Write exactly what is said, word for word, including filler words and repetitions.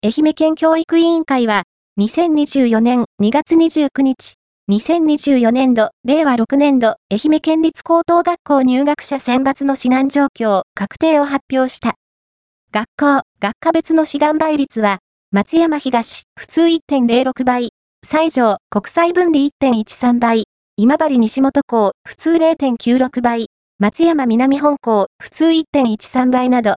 愛媛県教育委員会は、にせんにじゅうよねんにがつにじゅうくにち、にせんにじゅうよねんど、れいわろくねんど、愛媛県立高等学校入学者選抜の志願状況、確定を発表した。学校、学科別の志願倍率は、松山東、普通 いってんぜろろく 倍、西条、国際分離 いってんいちさん 倍、今治西本校、普通 れいてんきゅうろく 倍、松山南本校、普通 いってんいちさん 倍など、